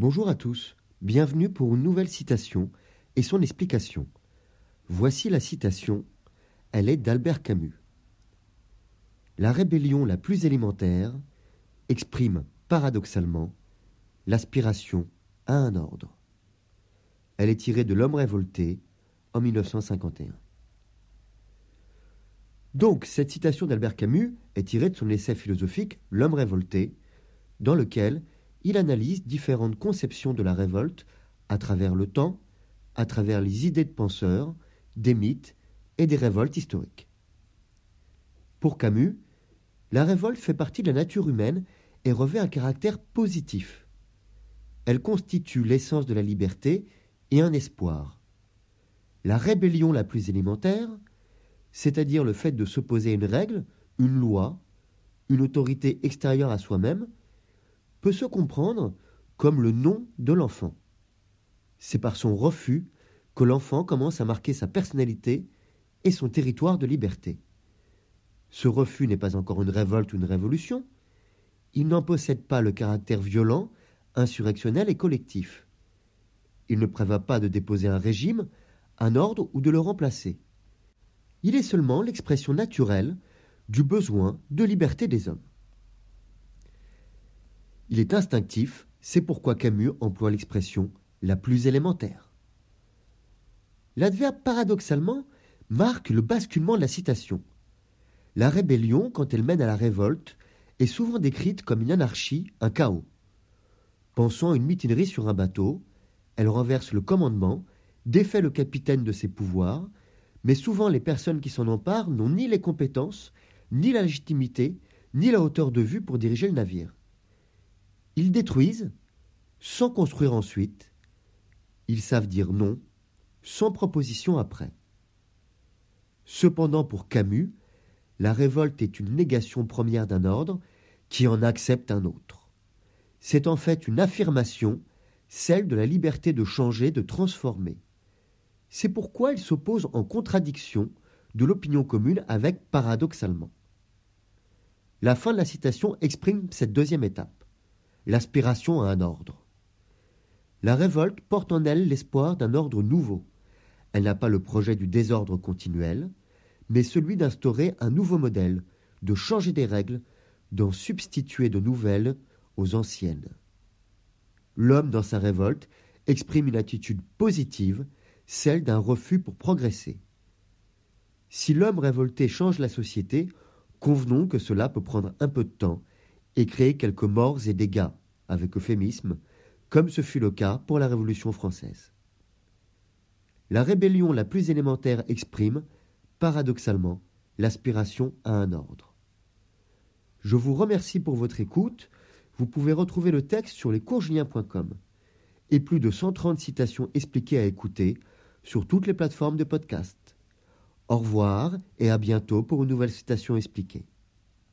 Bonjour à tous, bienvenue pour une nouvelle citation et son explication. Voici la citation, elle est d'Albert Camus. La rébellion la plus élémentaire exprime paradoxalement l'aspiration à un ordre. Elle est tirée de L'Homme révolté en 1951. Donc, cette citation d'Albert Camus est tirée de son essai philosophique L'Homme révolté, dans lequel il analyse différentes conceptions de la révolte à travers le temps, à travers les idées de penseurs, des mythes et des révoltes historiques. Pour Camus, la révolte fait partie de la nature humaine et revêt un caractère positif. Elle constitue l'essence de la liberté et un espoir. La rébellion la plus élémentaire, c'est-à-dire le fait de s'opposer à une règle, une loi, une autorité extérieure à soi-même, peut se comprendre comme le non de l'enfant. C'est par son refus que l'enfant commence à marquer sa personnalité et son territoire de liberté. Ce refus n'est pas encore une révolte ou une révolution. Il n'en possède pas le caractère violent, insurrectionnel et collectif. Il ne prévoit pas de déposer un régime, un ordre ou de le remplacer. Il est seulement l'expression naturelle du besoin de liberté des hommes. Il est instinctif, c'est pourquoi Camus emploie l'expression la plus élémentaire. L'adverbe paradoxalement marque le basculement de la citation. La rébellion, quand elle mène à la révolte, est souvent décrite comme une anarchie, un chaos. Pensons à une mutinerie sur un bateau, elle renverse le commandement, défait le capitaine de ses pouvoirs, mais souvent les personnes qui s'en emparent n'ont ni les compétences, ni la légitimité, ni la hauteur de vue pour diriger le navire. Ils détruisent, sans construire ensuite. Ils savent dire non, sans proposition après. Cependant, pour Camus, la révolte est une négation première d'un ordre qui en accepte un autre. C'est en fait une affirmation, celle de la liberté de changer, de transformer. C'est pourquoi il s'oppose en contradiction de l'opinion commune avec paradoxalement. La fin de la citation exprime cette deuxième étape. L'aspiration à un ordre. La révolte porte en elle l'espoir d'un ordre nouveau. Elle n'a pas le projet du désordre continuel, mais celui d'instaurer un nouveau modèle, de changer des règles, d'en substituer de nouvelles aux anciennes. L'homme, dans sa révolte, exprime une attitude positive, celle d'un refus pour progresser. Si l'homme révolté change la société, convenons que cela peut prendre un peu de temps et créer quelques morts et dégâts, avec euphémisme, comme ce fut le cas pour la Révolution française. La rébellion la plus élémentaire exprime, paradoxalement, l'aspiration à un ordre. Je vous remercie pour votre écoute. Vous pouvez retrouver le texte sur lescoursjulien.com et plus de 130 citations expliquées à écouter sur toutes les plateformes de podcast. Au revoir et à bientôt pour une nouvelle citation expliquée.